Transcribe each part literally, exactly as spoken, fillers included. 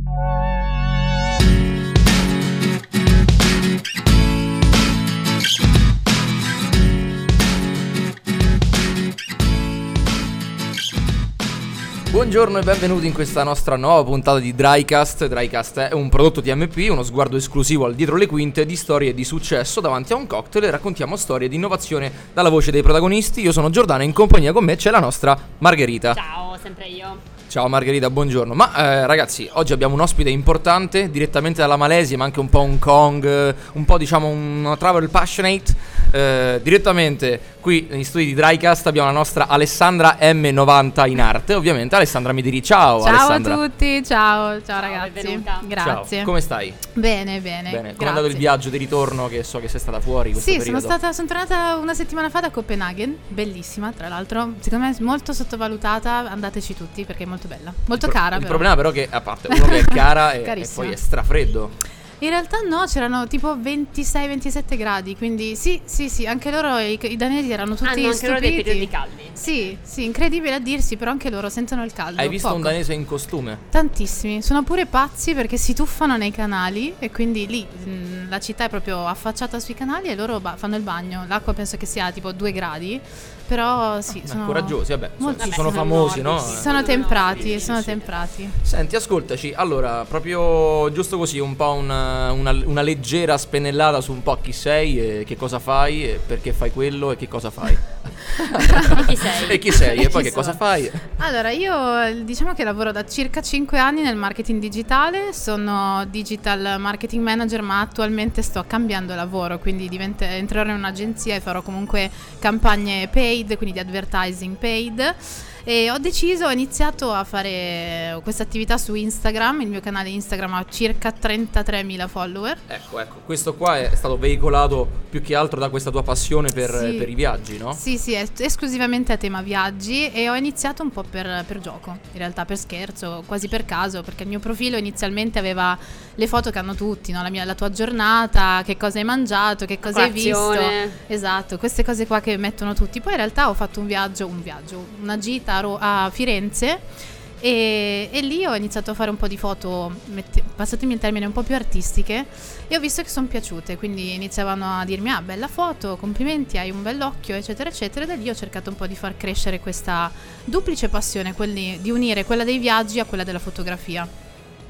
Buongiorno e benvenuti in questa nostra nuova puntata di Drycast. Drycast è un prodotto T M P, uno sguardo esclusivo al dietro le quinte di storie di successo davanti a un cocktail e raccontiamo storie di innovazione dalla voce dei protagonisti. Io sono Giordano e in compagnia con me c'è la nostra Margherita. Ciao, sempre io. Ciao Margherita, buongiorno. Ma eh, ragazzi, oggi abbiamo un ospite importante direttamente dalla Malesia, ma anche un po' Hong Kong, eh, un po' diciamo un travel passionate. Eh, direttamente qui negli studi di Drycast abbiamo la nostra Alessandra M novanta in arte. Ovviamente Alessandra Midiri. Ciao, ciao Alessandra. Ciao a tutti, ciao, ciao, ciao ragazzi. Benvenuta. Grazie. Ciao. Come stai? Bene, bene. Bene. Come è andato il viaggio di ritorno, che so che sei stata fuori questo sì, periodo? sono stata sono tornata una settimana fa da Copenaghen, bellissima tra l'altro. Secondo me è molto sottovalutata, andateci tutti perché è molto bella. Molto il pro- cara Il però. problema però è che a parte uno che è cara e, e poi è strafreddo. In realtà no, c'erano tipo ventisei ventisette gradi, quindi sì, sì, sì, anche loro, i, i danesi erano tutti Hanno anche stupiti. loro dei periodi caldi. Sì, sì, incredibile a dirsi, però anche loro sentono il caldo. Hai visto poco. un danese in costume? Tantissimi, sono pure pazzi perché si tuffano nei canali e quindi lì mh, la città è proprio affacciata sui canali e loro ba- fanno il bagno. L'acqua penso che sia tipo due gradi, però sì, ah, sono coraggiosi, vabbè, molto- sono, vabbè, sono sono famosi, no? nordici. sono temprati, Sì, sì, sono sì. temprati. Senti, ascoltaci, allora, proprio giusto così, un po' una, una, una leggera spennellata su un po' chi sei e che cosa fai e perché fai quello e che cosa fai. E chi sei? E chi sei e poi Chi che cosa sono? fai? Allora, io diciamo che lavoro da circa cinque anni nel marketing digitale, sono digital marketing manager, ma attualmente sto cambiando lavoro, quindi divent- entrerò in un'agenzia e farò comunque campagne paid, quindi di advertising paid. E ho deciso, ho iniziato a fare questa attività su Instagram. Il mio canale Instagram ha circa trentatremila follower. Ecco, ecco, questo qua è stato veicolato più che altro da questa tua passione per, Sì. per i viaggi, no? Sì, sì, è esclusivamente a tema viaggi e ho iniziato un po' per, per gioco, in realtà per scherzo, quasi per caso, perché il mio profilo inizialmente aveva le foto che hanno tutti, no? La, mia, la tua giornata, che cosa hai mangiato, che cosa hai visto. Colazione. Esatto, queste cose qua che mettono tutti. Poi in realtà ho fatto un viaggio, un viaggio, una gita a, Ro- a Firenze e, e lì ho iniziato a fare un po' di foto, mette- passatemi il termine, un po' più artistiche e ho visto che sono piaciute, quindi iniziavano a dirmi ah, bella foto, complimenti, hai un bell'occhio, eccetera eccetera, e da lì ho cercato un po' di far crescere questa duplice passione, quelli, di unire quella dei viaggi a quella della fotografia.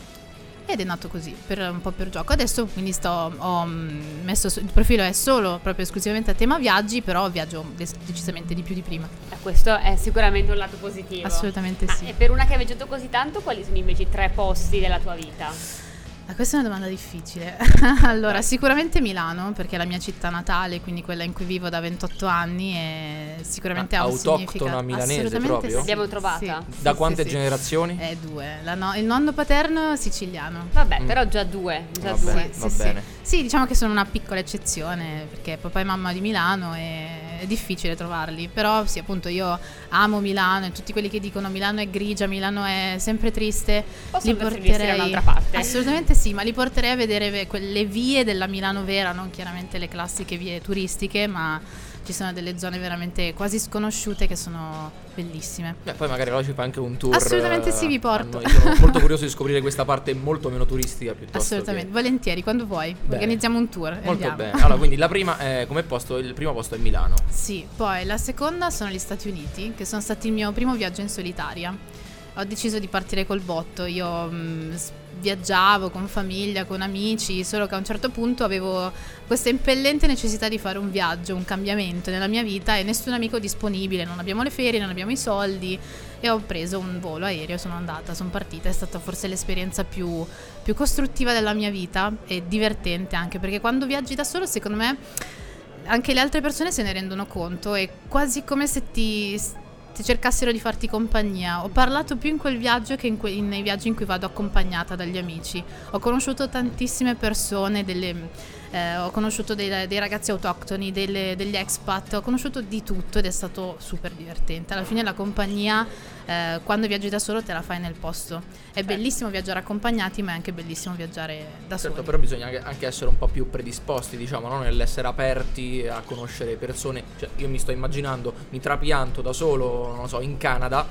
Ed è nato così, per un po' per gioco. Adesso quindi sto, ho mh, messo, il profilo è solo, proprio esclusivamente a tema viaggi, però viaggio des- decisamente di più di prima. Eh, Questo è sicuramente un lato positivo. Assolutamente Ma sì. e per una che ha viaggiato così tanto, quali sono invece i tre posti della tua vita? Ah, questa è una domanda difficile. Allora, sicuramente Milano, perché è la mia città natale, quindi quella in cui vivo da ventotto anni e sicuramente Ah, ha un autoctona significato. milanese Assolutamente proprio? sì. L'abbiamo trovata? Sì, Da sì, quante sì, sì. generazioni? Eh, due. La no- il nonno paterno siciliano. Vabbè, Mm. però già due. Già Va due. bene. Sì, va sì, bene. sì. Sì, diciamo che sono una piccola eccezione perché papà e mamma di Milano e è difficile trovarli, però sì, appunto io amo Milano e tutti quelli che dicono Milano è grigia, Milano è sempre triste, Possono li trasferirsi da porterei un'altra parte. assolutamente sì, ma li porterei a vedere ve- quelle vie della Milano vera, non chiaramente le classiche vie turistiche, ma ci sono delle zone veramente quasi sconosciute che sono bellissime. Beh, poi magari allora ci fa anche un tour. Assolutamente sì, vi eh, porto. a noi. Sono molto curioso di scoprire questa parte molto meno turistica piuttosto. Assolutamente, che- volentieri, quando vuoi. Bene. Organizziamo un tour. e Molto andiamo. bene. Allora, quindi la prima è come posto, il primo posto è Milano. Sì, poi la seconda sono gli Stati Uniti, che sono stati il mio primo viaggio in solitaria. Ho deciso di partire col botto, io mh, s- viaggiavo con famiglia, con amici, solo che a un certo punto avevo questa impellente necessità di fare un viaggio, un cambiamento nella mia vita e nessun amico disponibile, non abbiamo le ferie, non abbiamo i soldi e ho preso un volo aereo, sono andata, sono partita, è stata forse l'esperienza più, più costruttiva della mia vita e divertente anche perché quando viaggi da solo secondo me anche le altre persone se ne rendono conto, è quasi come se ti, ti cercassero di farti compagnia. Ho parlato più in quel viaggio che in que- in- nei viaggi in cui vado accompagnata dagli amici. Ho conosciuto tantissime persone, delle, eh, ho conosciuto dei, dei ragazzi autoctoni, delle- degli expat, ho conosciuto di tutto ed è stato super divertente. Alla fine la compagnia, eh, quando viaggi da solo te la fai nel posto. È bellissimo viaggiare accompagnati, ma è anche bellissimo viaggiare da Certo, soli. però bisogna anche- anche essere un po' più predisposti, diciamo, no? Nell'essere aperti a conoscere persone. Cioè, io mi sto immaginando, mi trapianto da solo, non lo so, in Canada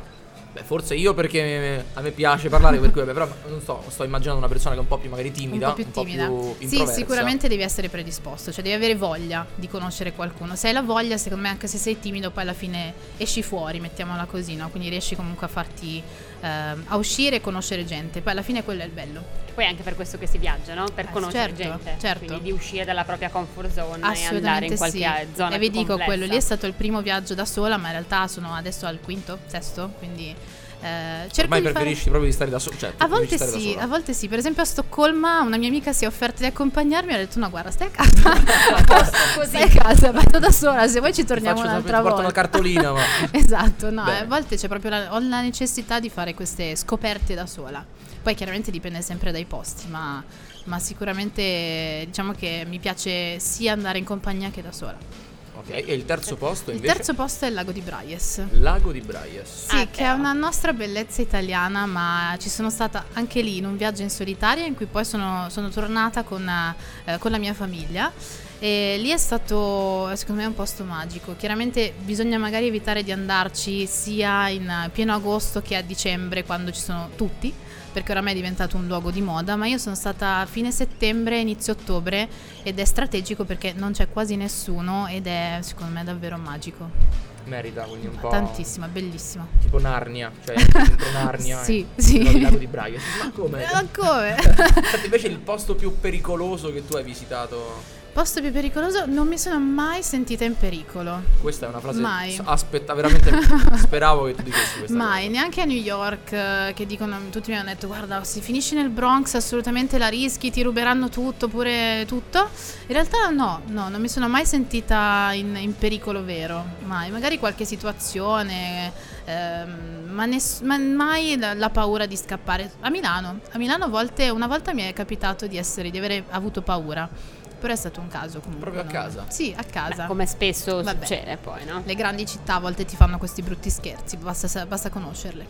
Beh, forse io perché a me piace parlare, per cui vabbè, però non so, sto immaginando una persona che è un po' più magari timida, un po' più timida. più sì, introversa. sicuramente devi essere predisposto, cioè devi avere voglia di conoscere qualcuno. Se hai la voglia, secondo me, anche se sei timido, poi alla fine esci fuori, mettiamola così, no? Quindi riesci comunque a farti eh, a uscire e conoscere gente. Poi alla fine quello è il bello. Poi è anche per questo che si viaggia, no? Per Eh, conoscere certo, gente, certo. quindi di uscire dalla propria comfort zone e Assolutamente andare in qualche sì. zona E vi più dico, complessa. quello lì è stato il primo viaggio da sola, ma in realtà sono adesso al quinto, sesto, quindi eh, cerco Ormai di fare... preferisci proprio di stare da sola? Cioè, A volte stare sì, da sola. a volte sì. Per esempio a Stoccolma una mia amica si è offerta di accompagnarmi e ha detto no, guarda, stai a casa. Così. Stai a casa, vado da sola, se vuoi ci torniamo Faccio un'altra sapere, volta. ti porto una cartolina, ma Esatto, no, Bene. a volte c'è proprio la, ho la necessità di fare queste scoperte da sola. Poi chiaramente dipende sempre dai posti, ma, ma sicuramente diciamo che mi piace sia andare in compagnia che da sola. ok, e il terzo posto Il invece? terzo posto è il lago di Braies. Lago di Braies. Sì, Ah, che è una nostra bellezza italiana, ma ci sono stata anche lì in un viaggio in solitaria in cui poi sono, sono tornata con, eh, con la mia famiglia. E lì è stato secondo me un posto magico. Chiaramente bisogna magari evitare di andarci sia in pieno agosto che a dicembre, quando ci sono tutti, perché oramai è diventato un luogo di moda. Ma io sono stata a fine settembre, inizio ottobre, ed è strategico perché non c'è quasi nessuno ed è secondo me davvero magico. Merita, quindi un po' Tantissimo, è bellissimo. tipo Narnia, cioè dentro Narnia. Sì, e sì. ti trovi il lago di Braies. Ma come? Ma come? Senti, invece il posto più pericoloso che tu hai visitato? Posto più pericoloso? Non mi sono mai sentita in pericolo. Questa è una frase. Mai. Aspetta, veramente speravo che tu dicessi questa. Mai, cosa. neanche a New York, eh, che dicono, tutti mi hanno detto guarda, se finisci nel Bronx assolutamente la rischi, ti ruberanno tutto, pure tutto. In realtà no, no, non mi sono mai sentita in, in pericolo vero, mai. Magari qualche situazione, ehm, ma, ness- ma mai la, la paura di scappare. A Milano, a Milano a volte, una volta mi è capitato di essere, di avere avuto paura. Però è stato un caso comunque. Proprio a no? casa? Sì, a casa. Beh, come spesso Vabbè. succede poi, no? Le grandi città a volte ti fanno questi brutti scherzi, basta, basta conoscerle.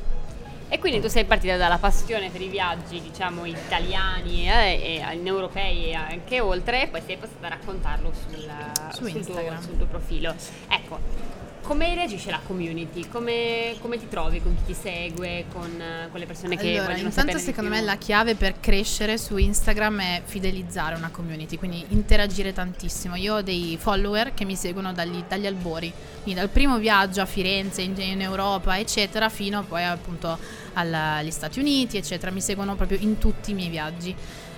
E quindi tu sei partita dalla passione per i viaggi, diciamo, italiani eh, e in europei e anche oltre, e poi sei passata a raccontarlo sul, Su sul tuo, Instagram. sul tuo profilo. Ecco, come reagisce la community? Come, come ti trovi con chi ti segue, con, con le persone che Allora, vogliono intanto sapere secondo di me più? la chiave per crescere su Instagram è fidelizzare una community, quindi interagire tantissimo. Io ho dei follower che mi seguono dagli, dagli albori, quindi dal primo viaggio a Firenze, in, in Europa, eccetera, fino poi appunto alla- agli Stati Uniti, eccetera. Mi seguono proprio in tutti i miei viaggi.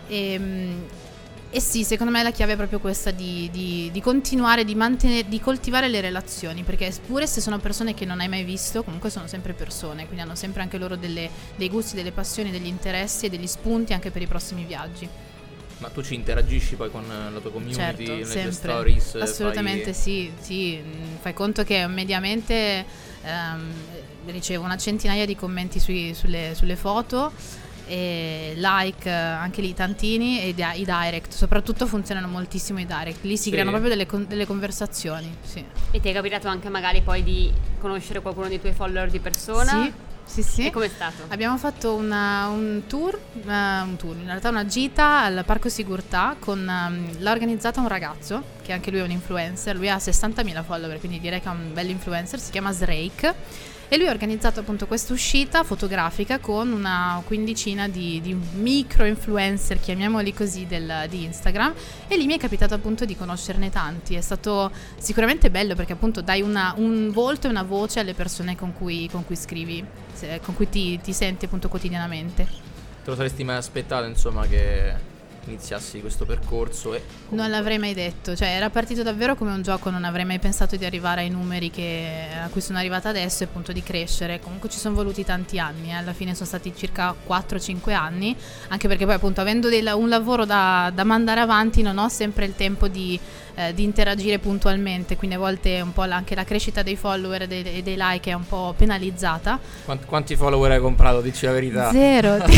E, e sì, secondo me la chiave è proprio questa di, di, di continuare, di mantenere, di coltivare le relazioni, perché pure se sono persone che non hai mai visto, comunque sono sempre persone, quindi hanno sempre anche loro delle, dei gusti, delle passioni, degli interessi e degli spunti anche per i prossimi viaggi. Ma tu ci interagisci poi con la tua community, Certo, nelle tue sempre. stories? Assolutamente fai... sì, sì, mh, fai conto che mediamente ehm, ricevo una centinaia di commenti sui- sulle, sulle foto, e like eh, anche lì tantini, e di- i direct, soprattutto funzionano moltissimo i direct, lì si Sì. creano proprio delle, con- delle conversazioni, sì. E ti è capitato anche magari poi di conoscere qualcuno dei tuoi follower di persona? Sì, sì, sì. E com'è stato? Abbiamo fatto una- un tour, eh, un tour, in realtà una gita al Parco Sigurtà con, ehm, l'ha organizzata un ragazzo che anche lui è un influencer, lui ha sessantamila follower, quindi direi che è un bel influencer, si chiama Srake. E lui ha organizzato appunto questa uscita fotografica con una quindicina di, di micro influencer, chiamiamoli così, del, di Instagram, e lì mi è capitato appunto di conoscerne tanti. È stato sicuramente bello perché appunto dai una- un volto e una voce alle persone con cui, con cui scrivi, se- con cui ti, ti senti appunto quotidianamente. Te lo saresti mai aspettato, insomma, che iniziassi questo percorso? E Non l'avrei mai detto, cioè era partito davvero come un gioco, non avrei mai pensato di arrivare ai numeri che, a cui sono arrivata adesso e appunto di crescere. Comunque ci sono voluti tanti anni, eh. Alla fine sono stati circa quattro cinque anni, anche perché poi appunto avendo del- un lavoro da, da mandare avanti non ho sempre il tempo di, eh, di interagire puntualmente, quindi a volte un po' la- anche la crescita dei follower e dei, e dei like è un po' penalizzata. Quanti, quanti follower hai comprato? Dici la verità. Zero, ti,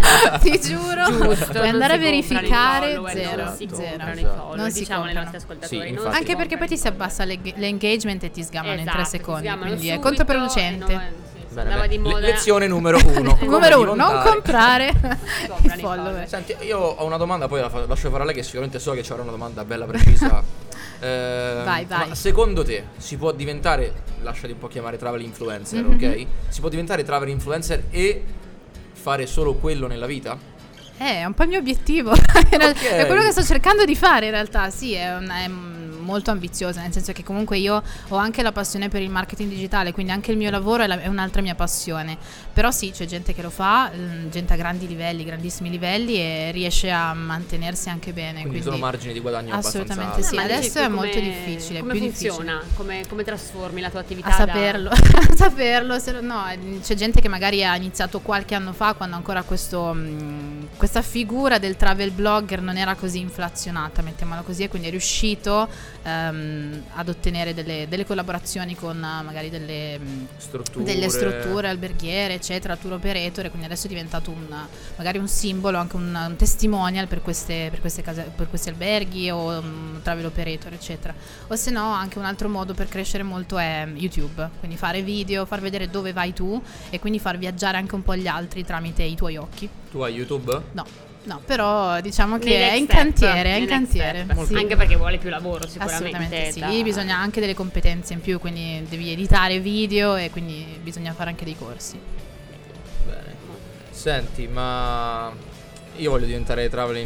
ti giuro. Giusto, Puoi non andare a si verificare, comprano i follower, zero, non si zero. comprano i Esatto. follower, Non si diciamo ai comprano. nostri ascoltatori. Sì, non infatti. si Anche perché poi ti si comprano i abbassa l'eng- l'engagement e ti sgamano in tre Esatto, secondi, ti sgamano quindi è subito controproducente. e no, sì, sì, Bene, andava bene. di moda. Le- lezione numero uno. come Numero uno, non diventare- comprare i comprano i follower. follower. Senti, io ho una domanda, poi la fa- lascio fare a lei, che sicuramente so che c'era una domanda bella precisa Eh, Vai, vai. Ma secondo te si può diventare, lasciati un po' chiamare travel influencer, Mhm. ok? Si può diventare travel influencer e fare solo quello nella vita? Eh, è un po' il mio obiettivo. Era- Ok. È quello che sto cercando di fare in realtà. Sì, è, un- è molto ambiziosa, nel senso che comunque io ho anche la passione per il marketing digitale, quindi anche il mio lavoro è, la- è un'altra mia passione. Però sì, c'è gente che lo fa, mm, gente a grandi livelli, grandissimi livelli e riesce a mantenersi anche bene. Quindi, Quindi, sono margini di guadagno assolutamente abbastanza sì. ma adesso dici è tu molto come- difficile, Come più funziona? Come, come trasformi la tua attività? a da- saperlo, a saperlo, se no, no, c'è gente che magari ha iniziato qualche anno fa quando ancora questo, mh, questa figura del travel blogger non era così inflazionata, mettiamola così, e quindi è riuscito ehm, ad ottenere delle, delle collaborazioni con eh, magari delle, mh, strutture. delle strutture alberghiere, eccetera, tour operator, e quindi adesso è diventato un, magari un simbolo, anche un, un testimonial per queste, per queste case, per questi alberghi o um, travel operator, eccetera. O se no, anche un altro modo per crescere molto è YouTube, quindi fare video, far vedere dove vai tu e quindi far viaggiare anche un po' gli altri tramite i tuoi occhi. Tu hai YouTube? No, no, però diciamo Nei che è next in step, cantiere, è in nei next cantiere. step. Sì. Anche perché vuole più lavoro sicuramente. Assolutamente sì, da- lì bisogna anche delle competenze in più, quindi devi editare video e quindi bisogna fare anche dei corsi. Bene. Senti, ma io voglio diventare travel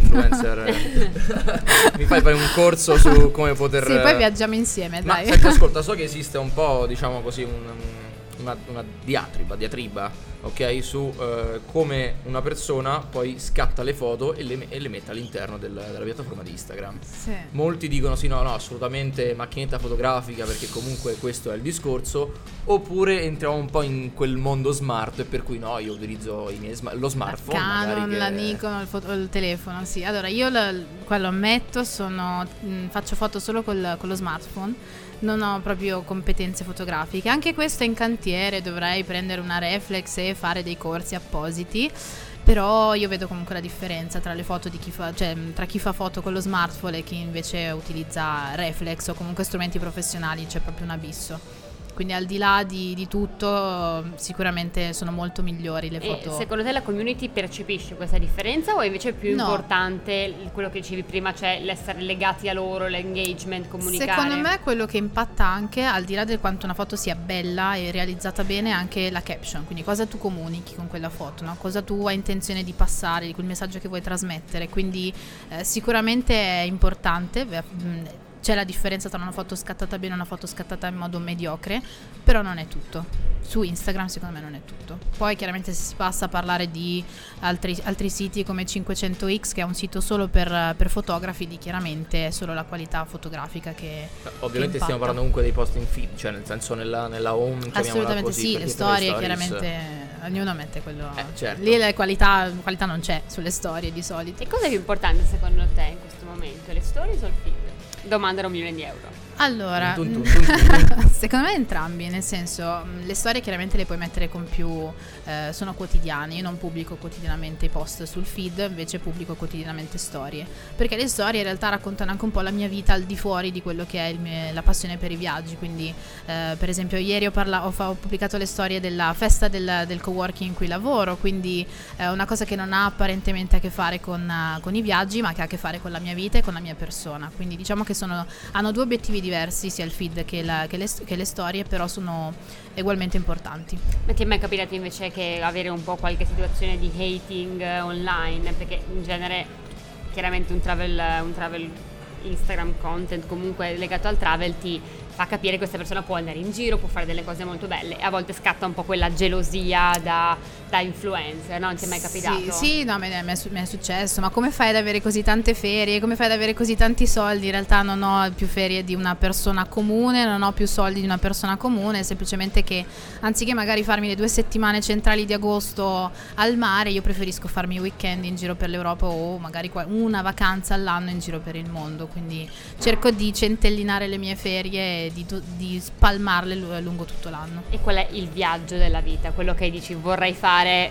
influencer. Mi fai fare un corso su come poter. Sì, poi viaggiamo insieme, Ma dai. senti, ascolta, so che esiste un po', diciamo così, un- una, una diatriba, diatriba, ok, su eh, come una persona poi scatta le foto e le, e le mette all'interno del- della piattaforma di Instagram. Sì. Molti dicono sì, no, no, assolutamente macchinetta fotografica, perché comunque questo è il discorso. Oppure entriamo un po' in quel mondo smart, e per cui no, io utilizzo i miei sma- lo smartphone, La Canon, magari che... la Nikon, il, foto- il telefono, sì. Allora, io la- quello ammetto, sono, mh, faccio foto solo col- con lo smartphone, non ho proprio competenze fotografiche. Anche questo è in cantiere, dovrei prendere una reflex e fare dei corsi appositi. Però io vedo comunque la differenza tra le foto di chi fa, cioè tra chi fa foto con lo smartphone e chi invece utilizza reflex o comunque strumenti professionali, c'è proprio un abisso. Quindi al di là di, di tutto sicuramente sono molto migliori le E foto. secondo te la community percepisce questa differenza o è invece più No. importante il- quello che dicevi prima, cioè l'essere legati a loro, l'engagement, comunicare? Secondo me quello che impatta anche, al di là del quanto una foto sia bella e realizzata bene, è anche la caption, quindi cosa tu comunichi con quella foto, no? Cosa tu hai intenzione di passare, di quel messaggio che vuoi trasmettere. Quindi eh, sicuramente è importante, beh, mh, c'è la differenza tra una foto scattata bene e una foto scattata in modo mediocre, però non è tutto. Su Instagram secondo me non è tutto. Poi chiaramente se si passa a parlare di altri, altri siti come cinquecento x, che è un sito solo per, per fotografi, lì chiaramente è solo la qualità fotografica che Ovviamente che stiamo impatta. parlando comunque dei post in feed, cioè nel senso nella, nella home, chiamiamola Assolutamente così, sì, perché le per storie stories- chiaramente ognuno mette quello. Eh, certo. Lì la qualità, qualità non c'è sulle storie di solito. E cosa è più importante secondo te in questo momento, le stories o il feed? Domanda da un milione di euro. Allora, Tun, tun, tun, tun. secondo me entrambi, nel senso, mh, le storie chiaramente le puoi mettere con più, eh, sono quotidiane, io non pubblico quotidianamente i post sul feed, invece pubblico quotidianamente storie, perché le storie in realtà raccontano anche un po' la mia vita al di fuori di quello che è il mio- la passione per i viaggi, quindi eh, per esempio ieri ho, parla- ho, fa- ho pubblicato le storie della festa del, del coworking in cui lavoro, quindi è una cosa che non ha apparentemente a che fare con, eh, con i viaggi, ma che ha a che fare con la mia vita e con la mia persona, quindi diciamo che sono, hanno due obiettivi diversi, sia il feed che, la- che le, che le storie, però sono ugualmente importanti. Ma ti è mai capitato invece che avere un po' qualche situazione di hating eh, online? Perché in genere chiaramente un travel, un travel Instagram content comunque legato al travel ti fa capire che questa persona può andare in giro, può fare delle cose molto belle e a volte scatta un po' quella gelosia da, da influencer, no? Non ti è mai capitato? Sì, sì, no, mi è, mi è su- mi è successo, ma come fai ad avere così tante ferie? Come fai ad avere così tanti soldi? In realtà non ho più ferie di una persona comune, non ho più soldi di una persona comune, semplicemente che anziché magari farmi le due settimane centrali di agosto al mare, io preferisco farmi i weekend in giro per l'Europa o magari qua- una vacanza all'anno in giro per il mondo, quindi cerco di centellinare le mie ferie e di, tu- di spalmarle lu- lungo tutto l'anno. E qual è il viaggio della vita? Quello che dici vorrei fare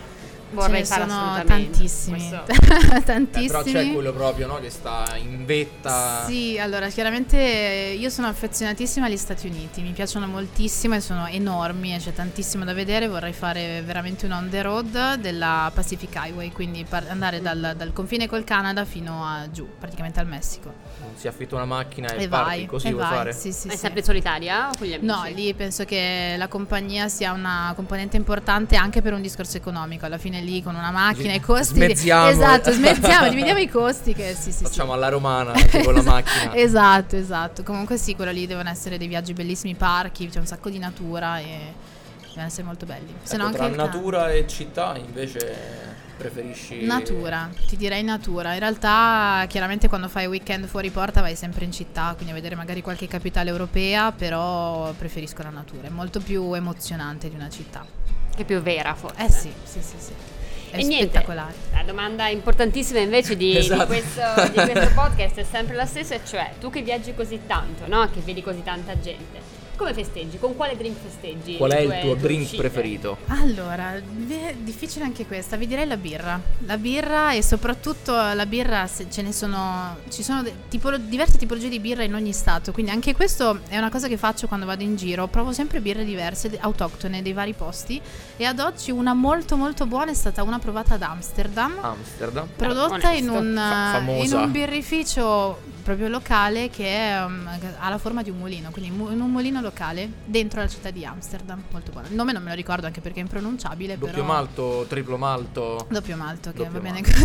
vorrei Ce ne fare sono assolutamente. tantissimi. Questo- Eh, Tantissimi. però c'è quello proprio, no, che sta in vetta. Sì, allora chiaramente io sono affezionatissima agli Stati Uniti, mi piacciono moltissimo e sono enormi e c'è tantissimo da vedere. Vorrei fare veramente un on the road della Pacific Highway, quindi par- andare dal, dal confine col Canada fino a giù, praticamente al Messico. Si affitta una macchina e, E parti, vai, così e vuoi vai. fare? Sì, sì, È sì. sempre solitaria o con gli amici? No, lì penso che la compagnia sia una componente importante anche per un discorso economico. Alla fine lì con una macchina Gi- i costi smezziamo. Esatto, smezziamo, dividiamo i costi che sì, sì, Facciamo sì. alla romana anche con la macchina. Esatto, esatto. Comunque sì, quello lì devono essere dei viaggi bellissimi, parchi, c'è un sacco di natura e devono essere molto belli. Se no Ecco, anche tra il natura e città invece preferisci Natura, ti direi natura. In realtà chiaramente quando fai weekend fuori porta vai sempre in città, quindi a vedere magari qualche capitale europea, però preferisco la natura, è molto più emozionante di una città. Che è più vera forse. Eh sì, sì, sì, sì. È E niente, spettacolare. la domanda importantissima invece di, Esatto. di, questo, di questo podcast è sempre la stessa, e cioè tu che viaggi così tanto, no? Che vedi così tanta gente, come festeggi? Con quale drink festeggi? Qual è le il tue- tuo tue drink uscite? preferito? Allora, è difficile anche questa, vi direi la birra. La birra e soprattutto la birra, se ce ne sono, ci sono de- tipolo- diverse tipologie di birra in ogni stato, quindi anche questo è una cosa che faccio quando vado in giro, provo sempre birre diverse, de- autoctone dei vari posti, e ad oggi una molto molto buona è stata una provata ad Amsterdam, Amsterdam. prodotta in onesto. un, Fa- famosa. in un birrificio proprio locale che è, um, ha la forma di un mulino, quindi mu- in un mulino locale dentro la città di Amsterdam, molto buono. Il nome non me lo ricordo anche perché è impronunciabile, Doppio però malto, triplo malto. doppio malto, che Doppio va bene malto.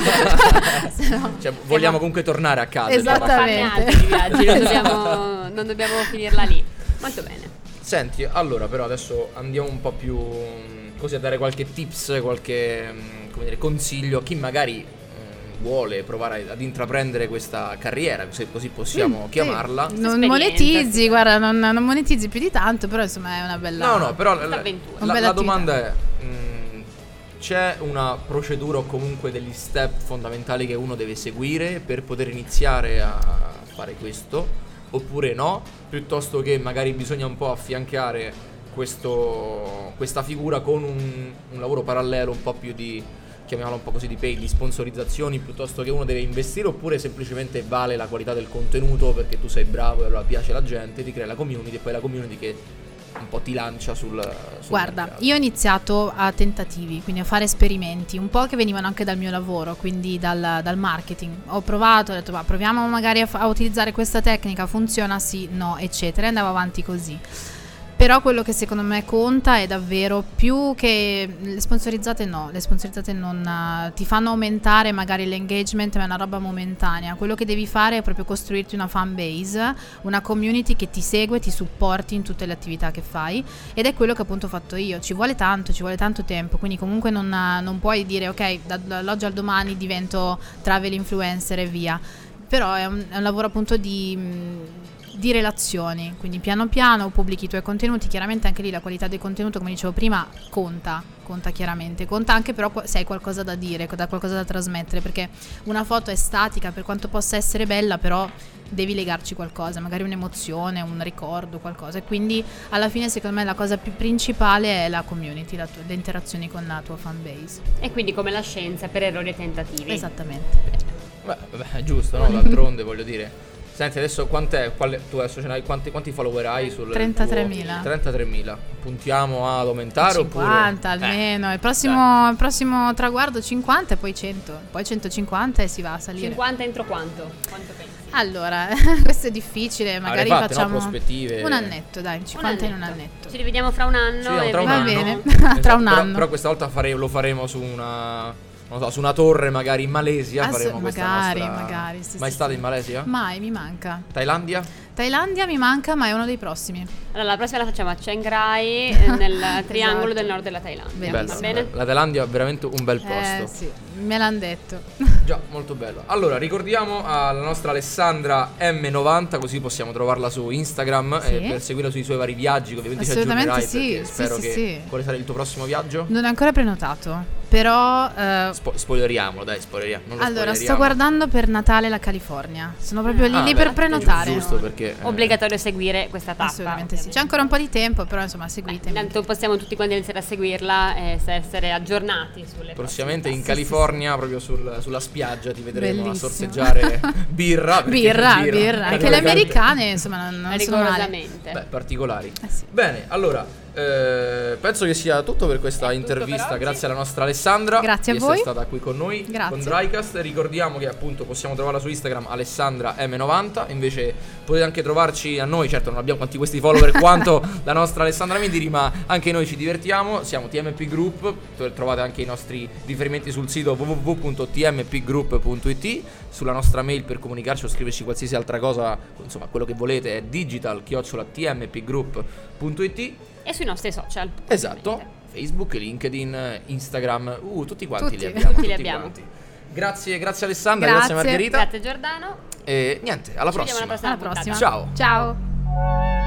così. Se no- Cioè, vogliamo comunque tornare a casa. Esatto. però. Farne Esattamente. altri di viaggi, non dobbiamo, non dobbiamo finirla lì. Molto bene. Senti, allora però adesso andiamo un po' più mh, così a dare qualche tips, qualche mh, come dire, consiglio a chi magari mh, vuole provare ad intraprendere questa carriera, se così possiamo Sì, chiamarla. non Esperienza, monetizzi, sì. guarda, non, non monetizzi più di tanto, però insomma è una bella. No, no, però la, Questa la- avventura. la- Una bella la domanda è mh, c'è una procedura o comunque degli step fondamentali che uno deve seguire per poter iniziare a fare questo, oppure no, piuttosto che magari bisogna un po' affiancare questo, questa figura con un, un lavoro parallelo, un po' più di, chiamiamolo un po' così, di pay, di sponsorizzazioni, piuttosto che uno deve investire, oppure semplicemente vale la qualità del contenuto perché tu sei bravo e allora piace la gente, ti crea la community e poi la community che un po' ti lancia sul, sul Guarda, mercato. io ho iniziato a tentativi, quindi a fare esperimenti, un po' che venivano anche dal mio lavoro, quindi dal, dal marketing. Ho provato, ho detto va, proviamo magari a, fa- a utilizzare questa tecnica, funziona, sì, no, eccetera, e andavo avanti così. Però quello che secondo me conta è davvero più che le sponsorizzate no, le sponsorizzate non eh, ti fanno aumentare magari l'engagement, ma è una roba momentanea. Quello che devi fare è proprio costruirti una fan base, una community che ti segue, ti supporti in tutte le attività che fai, ed è quello che appunto ho fatto io. Ci vuole tanto, ci vuole tanto tempo, quindi comunque non, non puoi dire ok, da- dall'oggi al domani divento travel influencer e via. Però è un, è un lavoro appunto di... mh, di relazioni, quindi piano piano pubblichi i tuoi contenuti. Chiaramente anche lì la qualità del contenuto, come dicevo prima, conta, conta chiaramente, conta anche però qu- se hai qualcosa da dire, da qualcosa da trasmettere, perché una foto è statica per quanto possa essere bella, però devi legarci qualcosa, magari un'emozione, un ricordo, qualcosa, e quindi alla fine secondo me la cosa più principale è la community, la tua- le interazioni con la tua fan base. E quindi come la scienza per errori e tentativi. Esattamente. Beh, vabbè, è giusto, no? D'altronde voglio dire. Senti, adesso quant'è? Quale, tu adesso ce n'hai quanti, quanti follower hai sul trentatremila. tuo- trentatremila. Puntiamo ad aumentare cinquanta oppure almeno, il prossimo, il prossimo traguardo cinquanta e poi cento, poi centocinquanta e si va a salire. cinquanta entro quanto? Quanto pensi? Allora, questo è difficile, magari fatte, no, facciamo prospettive? un annetto, dai, cinquanta in un annetto. Ci rivediamo fra un anno. Sì, no, e tra un Va anno. bene, Esatto, tra un però- anno. Però questa volta fare- lo faremo su una non so, su una torre magari in Malesia Ass- faremo questa magari, nostra... magari, sì, Mai sì, stata sì. in Malesia? Mai, mi manca. Thailandia? Thailandia mi manca, ma è uno dei prossimi. Allora, la prossima la facciamo a Chiang Rai, eh, nel triangolo Esatto. del nord della Thailandia. Bellissimo. Bello, Va bene? bello. La Thailandia è veramente un bel posto. Eh sì, me l'hanno detto. Già, molto bello. Allora, ricordiamo alla nostra Alessandra M novanta, così possiamo trovarla su Instagram Sì. e per seguirla sui suoi vari viaggi, che ovviamente ci Assolutamente aggiornerai sì, perché sì, spero sì, che... sì. Quale sarà il tuo prossimo viaggio? Non è ancora prenotato, però eh, Spo- spoileriamolo, dai, spoileriamo. Non lo allora sto spoileriamo. guardando per Natale la California. Sono proprio lì, Ah, lì beh, per prenotare. Giusto, perché che... Eh, obbligatorio seguire questa tappa. Assolutamente sì. C'è ancora un po' di tempo, però insomma seguitemi. Tanto possiamo tutti quanti iniziare a seguirla e essere aggiornati sulle prossimamente in Sì, California, sì, sì. proprio sul, sulla spiaggia ti vedremo Bellissimo. a sorseggiare birra. perché Birra, birra, birra. Anche le americane insomma non, non sono male. rigorosamente. Beh, particolari. Eh sì. Bene, allora, eh, penso che sia tutto per questa È tutto intervista. per oggi. Grazie alla nostra Alessandra Grazie a di voi. essere stata qui con noi, Grazie. con Drycast. Ricordiamo che appunto possiamo trovarla su Instagram Alessandra M novanta. Invece potete anche trovarci a noi. Certo non abbiamo quanti questi follower quanto la nostra Alessandra Mindiri, ma anche noi ci divertiamo. Siamo T M P Group. Trovate anche i nostri riferimenti sul sito w w w punto t m p group punto i t. Sulla nostra mail per comunicarci o scriverci qualsiasi altra cosa, insomma quello che volete, è digital chiocciola t m p group punto i t. E sui nostri social. Esatto, Facebook, LinkedIn, Instagram, uh, tutti quanti Tutti. li abbiamo. Tutti li abbiamo. quanti. Grazie, grazie Alessandra, Grazie. grazie Margherita. Grazie Giordano. E niente, alla Ci vediamo prossima. alla prossima Alla prossima. puntata. Ciao. Ciao.